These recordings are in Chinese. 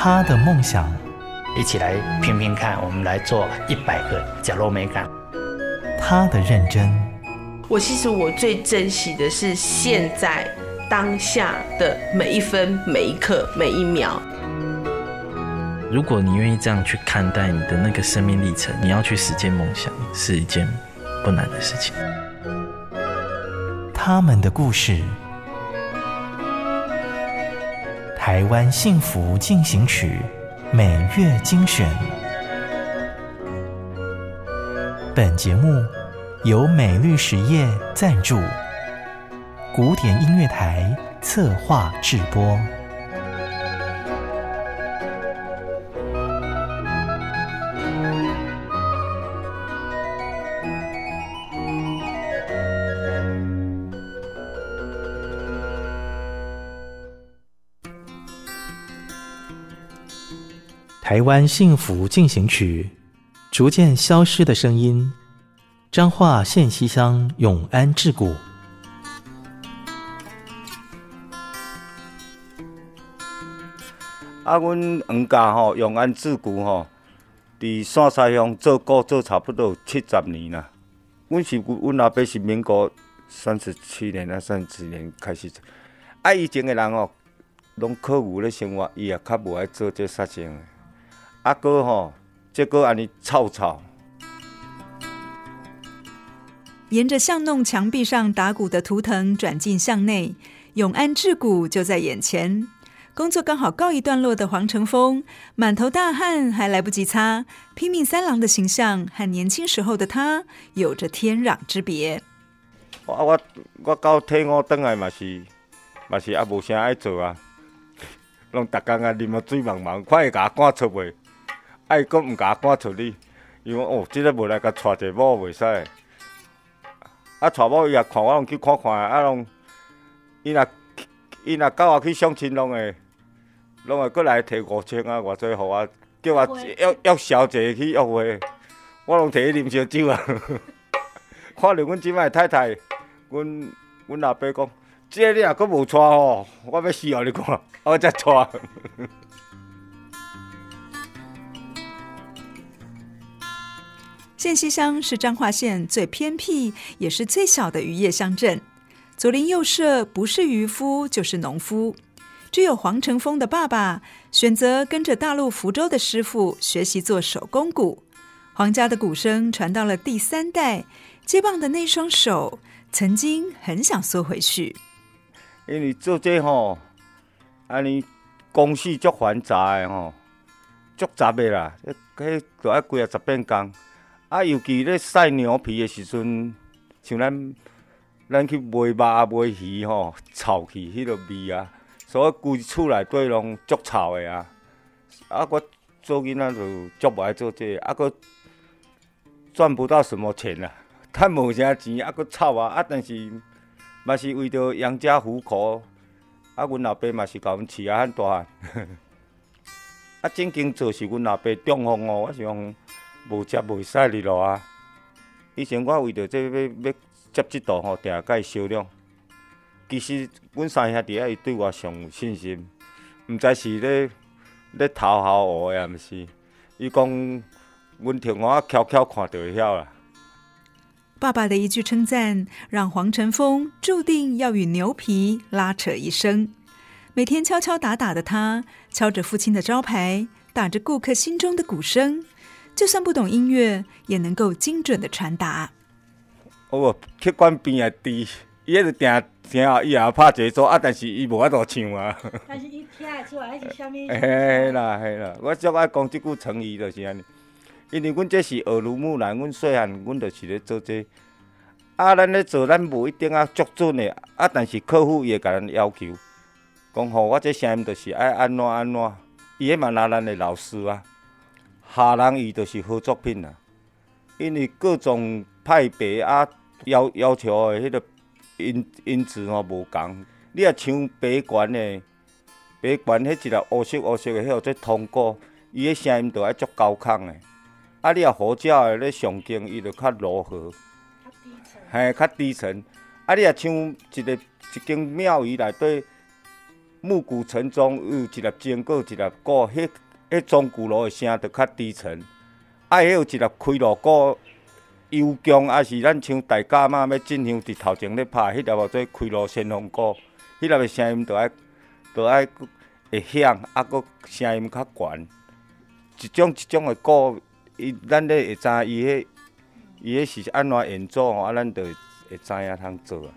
他的梦想， 一起来拼拼看，我们来做100个角落美感。 他的认真， 其实我最珍惜的是现在当下的每一分每一刻每一秒。 如果你愿意这样去看待你的那个生命历程，你要去实践梦想是一件不难的事情。 他们的故事，台湾幸福进行曲每月精选。本节目由美律实业赞助，古典音乐台策划制播。台湾幸福进行曲，逐渐消失的声音。彰化县西乡永安治谷。 阮黄家永安治谷伫线西乡做古做差不多70年啦。阮阿伯是民国37年啊34年开始做。以前的人拢靠牛咧生活，伊也较无爱做这杀生的。这个安尼臭。 沿着巷弄墙壁上打鼓的图腾转进巷内，永安治谷就在眼前。工作刚好告一段落的黄成峰，满头大汗还来不及擦，拼命三郎的形象和年轻时候的他有着天壤之别。 我到退伍转来嘛是也无啥爱做啊，拢逐工啉水茫茫，看会甲我赶出袂。伊阁毋甲我赶出去，因为即个无来甲带一个某袂使。带某伊也看我，拢去看看，伊若叫我去相亲，拢会过来摕5000啊，偌济互我，叫我约小姐去约会，我拢摕去啉烧酒啊。看着阮即摆太太，阮阿伯讲，这你若阁无带我要死互你看，我才带。 县西乡是彰化县最偏僻也是最小的渔业乡镇，左邻右舍不是渔夫就是农夫。只有黄成峰的爸爸选择跟着大陆福州的师傅学习做手工鼓，黄家的鼓声传到了第3代，接棒的那双手曾经很想缩回去。 因为做这安尼工序足繁杂的足杂的啦，迄就要几10遍工。尤其咧晒牛皮的时阵，像咱去卖肉卖鱼臭气迄落味啊，所以规厝内底拢足臭的啊。我做囡仔就足无爱做这个，佫赚不到什么钱啦，趁无啥钱，佫臭啊。但是嘛是为着养家糊口，阮老爸嘛是甲阮饲汉大汉。正经做是阮老爸中风我是讲。无食袂使哩咯啊！以前我为着这要接这道定下甲伊商量。其实阮3兄弟伊对我上有信心，毋知是咧讨好我的，毋是？伊讲阮听我悄悄看就会晓啦。 爸爸的一句称赞，让黄成峰注定要与牛皮拉扯一生。每天敲敲打打的他，敲着父亲的招牌，打着顾客心中的鼓声。就算不懂音乐，也能够精准的传达。 去管边的滴，伊迄就定伊也拍节奏但是伊无法度唱啊。 但是伊听得出来是啥物？ 嘿啦，我足爱讲即句成语就是安尼。因为阮这是耳濡目染，阮细汉阮就是咧做这。咱咧做，咱无一定足准的但是客户伊会甲咱要求，讲我这声音就是爱安怎，伊迄嘛拿咱的老师啊。下人伊就是好作品啦，因为各种派别要求的迄个音质无共。你若唱白悬的，迄一个乌色的，迄个做通过，伊迄声音就爱足高亢的。你若胡椒的咧上经，伊就较柔和，较低沉。你若唱一间庙宇内底， 暮鼓晨钟有一粒钟，搁有一粒鼓，迄钟鼓锣的声就较低沉。啊，迄有一粒开锣鼓，悠强，还是咱像大家嘛要进香伫头前咧拍，迄粒叫做开锣先锋鼓，迄粒的声音就爱会响，啊，搁声音较悬。一种的鼓，咱咧会知伊迄是安怎演奏吼，啊，咱就会知影通做啊。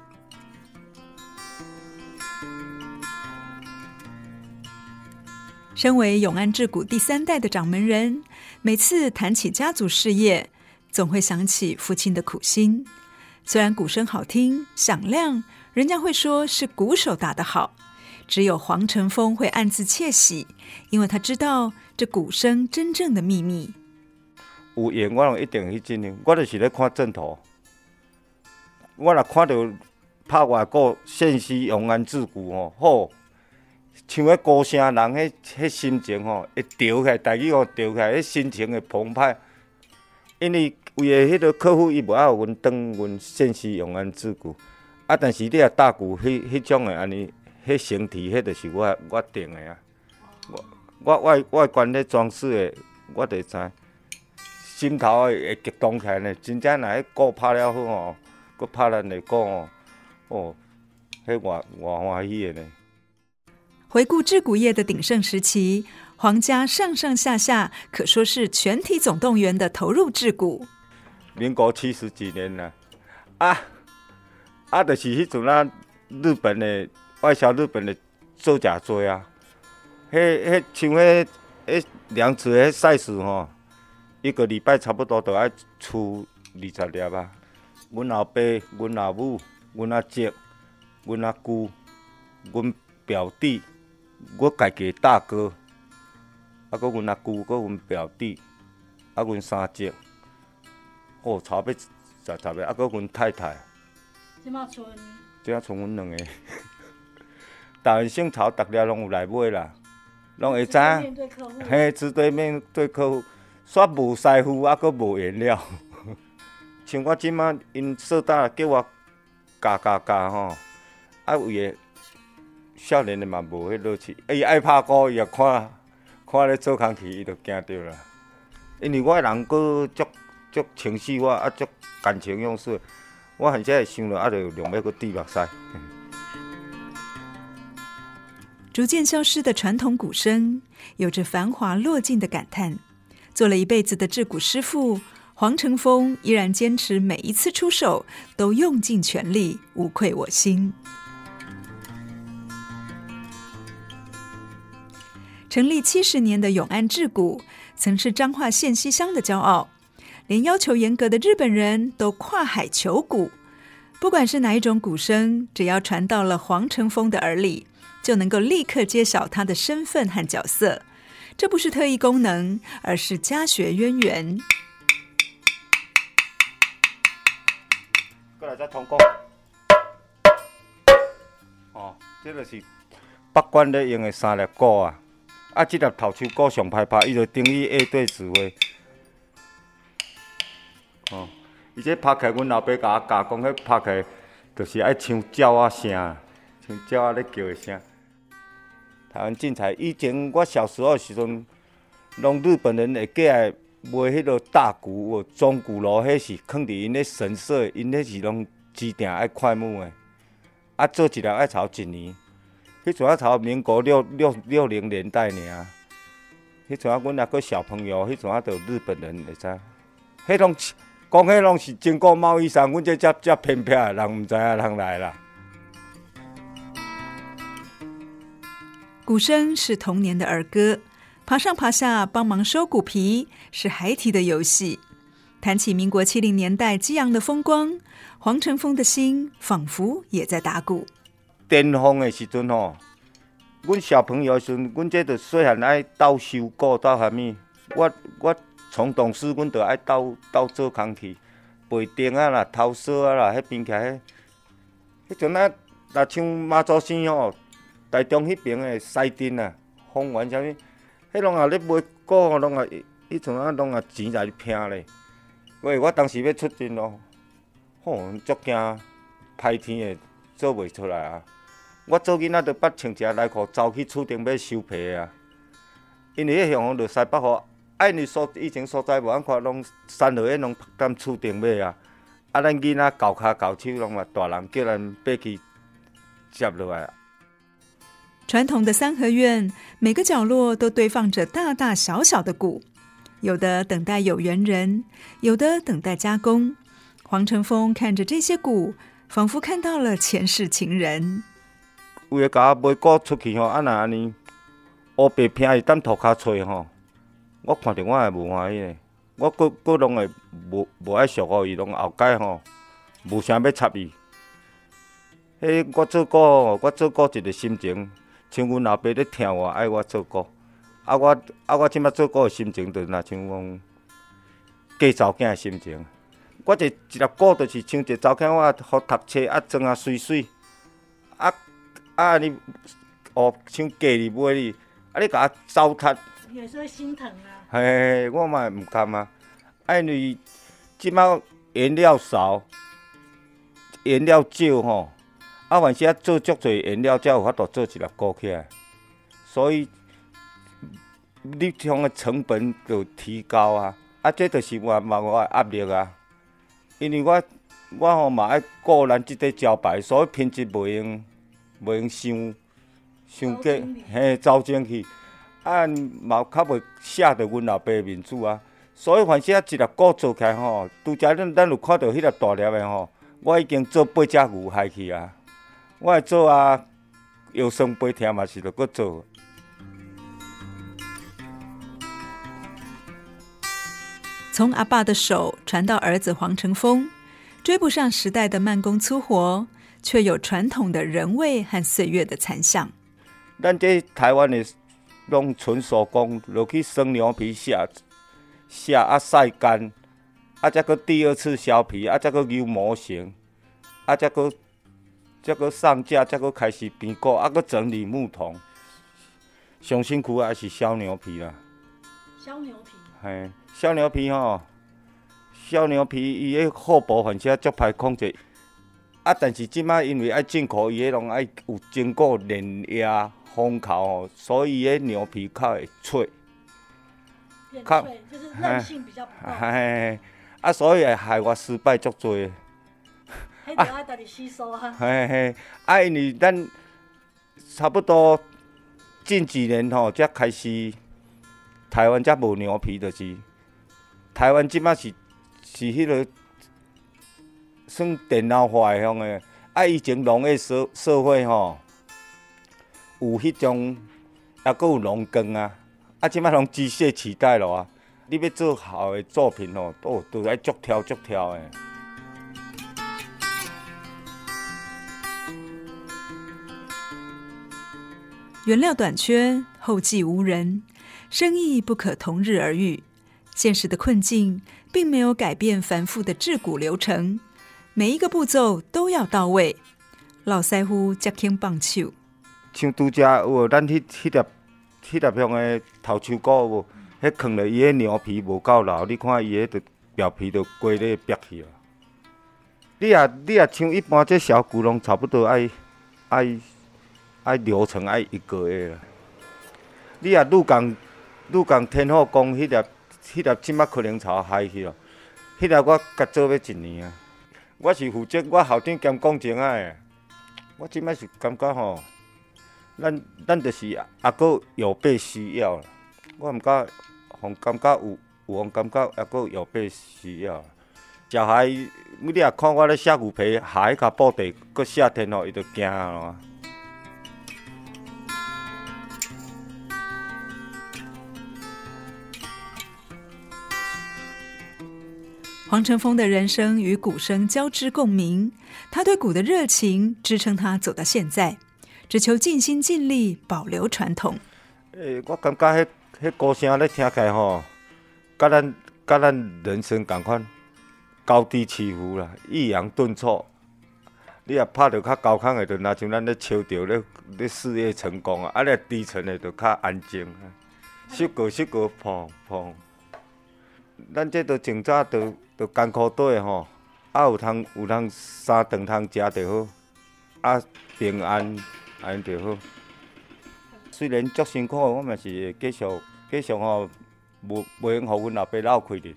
身为永安制鼓第3代的掌门人，每次谈起家族事业，总会想起父亲的苦心。虽然鼓声好听响亮，人家会说是鼓手打得好，只有黄成峰会暗自窃喜，因为他知道这鼓声真正的秘密。 有缘我拢一定去进香，我就是咧看阵图。我若看到拍外鼓县西永安制鼓吼，好。唱迄歌声，人迄心情吼会调起来，台语吼调起来，迄心情会澎湃。因为为了迄个客户，伊无爱有阮转阮县西永安制鼓，啊，但是你若打鼓，迄种的安尼，迄形体，迄就是我定的啊。我管咧装饰的，我就知，心头会激动起来呢。真正若迄鼓拍了好吼，佮拍咱的鼓吼，哦，迄偌欢喜的呢。 回顾制鼓业的鼎盛时期，黄家上上下下可说是全体总动员的投入制鼓。 民国70几年啦，就是迄阵啊，日本的外销日本的做诚多啊。像迄梁子迄赛事吼，一个礼拜差不多都爱出20粒啊。阮老爸、阮老母、阮阿叔、阮阿姑、阮表弟。我家己的大哥，啊，搁阮阿姑，搁阮表弟，啊，阮三叔，哦，差不多10个，啊，搁阮太太。 即马剩阮2个。台湾姓曹，逐粒拢有来买啦，拢会知影。嘿，直对面对客户，煞无师傅，啊，搁无原料。像我即马因说大叫我教吼，啊，为个。少年的嘛无迄乐趣，伊爱拍鼓，伊也看咧做工去，伊就惊着啦。因为我人佫足情绪化，啊足感情用事，我现在会想着，就用要佫滴目屎。 逐渐消失的传统鼓声，有着繁华落尽的感叹。做了一辈子的制鼓师傅，黄成峰依然坚持每一次出手都用尽全力，无愧我心。成立70年的永安制鼓，曾是彰化县西乡的骄傲，连要求严格的日本人都跨海求鼓。不管是哪一种鼓声，只要传到了黄成峰的耳里，就能够立刻揭晓他的身份和角色。这不是特异功能，而是家学渊源。 过来再通讲。哦，这就是北管咧用的3粒鼓啊。啊，这粒头手鼓上歹拍，伊就等于 A 队指挥。哦，伊这拍起来，阮老爸甲我教讲，迄拍起来就是爱像鸟仔声，像鸟仔咧叫的声。台湾进彩，以前我小时候的时阵，拢日本人会过来卖迄个大鼓、钟鼓锣，迄是放伫因咧神社，因迄是拢指定爱快木的。啊，做一粒爱炒1年。迄阵啊，炒民国60年代尔。迄阵啊，阮还阁小朋友，迄阵啊，就日本人会知。迄拢讲，迄拢是经过贸易商，阮这遮偏僻的人毋知影通来啦。 鼓声是童年的儿歌，爬上爬下帮忙收鼓皮是孩提的游戏。谈起民国70年代激昂的风光，黄成峰的心仿佛也在打鼓。 巅峰的时阵吼，阮小朋友的时阵，阮这着细汉爱斗收鼓，斗虾米？我从懂事，阮着爱斗做工去，背钉啊啦、头绳啊啦，迄边徛迄阵啊，若像妈祖生吼，台中迄边的西镇啊、丰原啥物，迄拢也咧卖鼓吼，拢也迄阵啊，拢也钱来拼咧。喂，我当时要出阵咯，吼，足惊歹天的做袂出来啊！ 我做囡仔都捌穿一个内裤走去厝顶要收皮的啊，因为迄向风就西北风，因为以前所在无通看，拢山落叶拢晒踮厝顶尾啊，啊，咱囡仔搞骹搞手拢嘛，大人叫咱爬去接落来。 传统的三合院，每个角落都堆放着大大小小的鼓，有的等待有缘人，有的等待加工。黄成峰看着这些鼓，仿佛看到了前世情人。 有诶，甲我买鼓出去吼，啊若安尼乌白片伊踮涂骹吹吼，我看着我也无欢喜呢。我佫拢会无爱俗互伊，拢后摆吼无啥要插伊。迄我做鼓一个心情。像阮老爸咧疼我，爱我做鼓，我即摆做鼓的心情，就若像讲嫁查某囝的心情。我一粒鼓，就是像一个查某囝，我互读册啊，装啊水水，安尼像嫁哩买哩，你甲我糟蹋。 有时候心疼啊。 嘿，我嘛毋甘啊，因为即摆原料少，原料少吼。凡是做足侪原料，才有法度做一粒鼓起来。所以你像个成本就提高啊，这就是我的压力啊。因为我吼嘛爱顾咱即个招牌，所以品质袂用伤过，走精去。嘛较袂写着阮老爸的面子啊。所以凡是一粒鼓做起来吼，拄则咱有看到迄粒大粒的吼，我已经做8只牛害去啊。我会做啊，腰酸背痛嘛是着搁做。 从阿爸的手传到儿子黄成峰，追不上时代的慢工粗活，却有传统的人味和岁月的残像。 咱这台湾的拢纯手工，落去生牛皮下啊晒干，啊再搁第二次削皮，啊再搁扭模型，啊再搁上架，再搁开始编鼓，啊，搁整理木桶。上辛苦还是削牛皮啦。 削牛皮。 嘿，削牛皮吼，削牛皮伊迄厚薄反正足歹控制。啊，但是即摆因为爱进口，伊迄拢爱有经过碾压、烘烤吼，所以迄牛皮较会脆。 变脆，就是韧性比较不够。 嘿，啊，所以会害我失败足多。 迄就爱家己吸收啊。 嘿，因为咱差不多近几年吼，才开始台湾才无牛皮，就是台湾即摆是迄个算电脑化的乡个。以前农业社会吼，有迄种，还佫有农耕啊。即摆拢机械取代了啊。你要做好的作品吼，都爱足挑的。 原料短缺，后继无人，生意不可同日而语。现实的困境并没有改变繁复的制鼓流程，每一个步骤都要到位。老师傅接轻棒手， 像拄则有咱迄粒向的头手鼓无，迄藏了伊迄牛皮无够牢，你看伊迄表皮就刮咧瘪去啊。你也像一般这小鼓拢差不多爱流程爱1个月啦。你若愈讲天后讲迄粒即摆可能潮害去咯，迄粒我甲做要1年啊。我是负责我校长兼工程的，我即摆是感觉吼，咱就是也佫有被需要啦。我毋敢互感觉有互感觉也佫有被需要。小孩你若看我咧写牛皮，下迄骹布地，佫写天后，伊就惊咯。 黄成峰的人生与鼓声交织共鸣，他对鼓的热情支撑他走到现在，只求尽心尽力保留传统。 我感觉迄歌声咧听起来吼，甲咱人生同款，高低起伏啦，抑扬顿挫。你若拍着较高亢的，就若像咱咧笑着咧事业成功啊；你低沉的，就较安静。首歌砰砰，咱这都从早都艰苦底的吼，有通3顿通食就好，平安安尼就好。虽然足辛苦，我嘛是会继续吼，袂用互阮老爸闹开哩。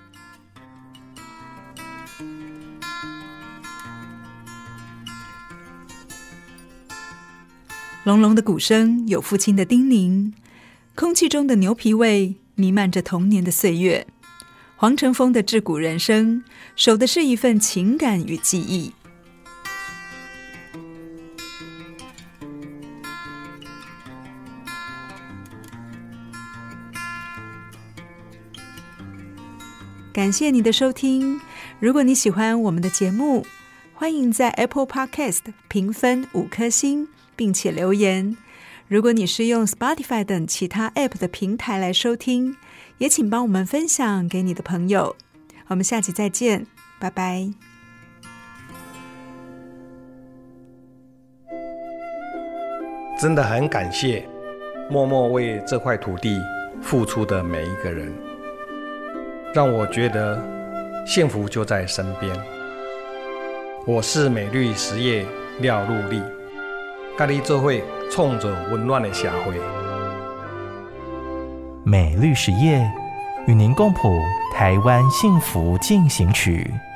隆隆的鼓声有父亲的叮咛，空气中的牛皮味弥漫着童年的岁月。黄成峰的制鼓人生，守的是一份情感与记忆。感谢你的收听。如果你喜欢我们的节目，欢迎在 Apple Podcast 评分5颗星，并且留言。如果你是用 Spotify 等其他 App 的平台来收听，也请帮我们分享给你的朋友。我们下期再见，拜拜。 真的很感谢默默为这块土地付出的每一个人，让我觉得幸福就在身边。我是美绿实业廖陆力，跟你做伙创造温暖的社会。 美绿实业与您共谱台湾幸福进行曲。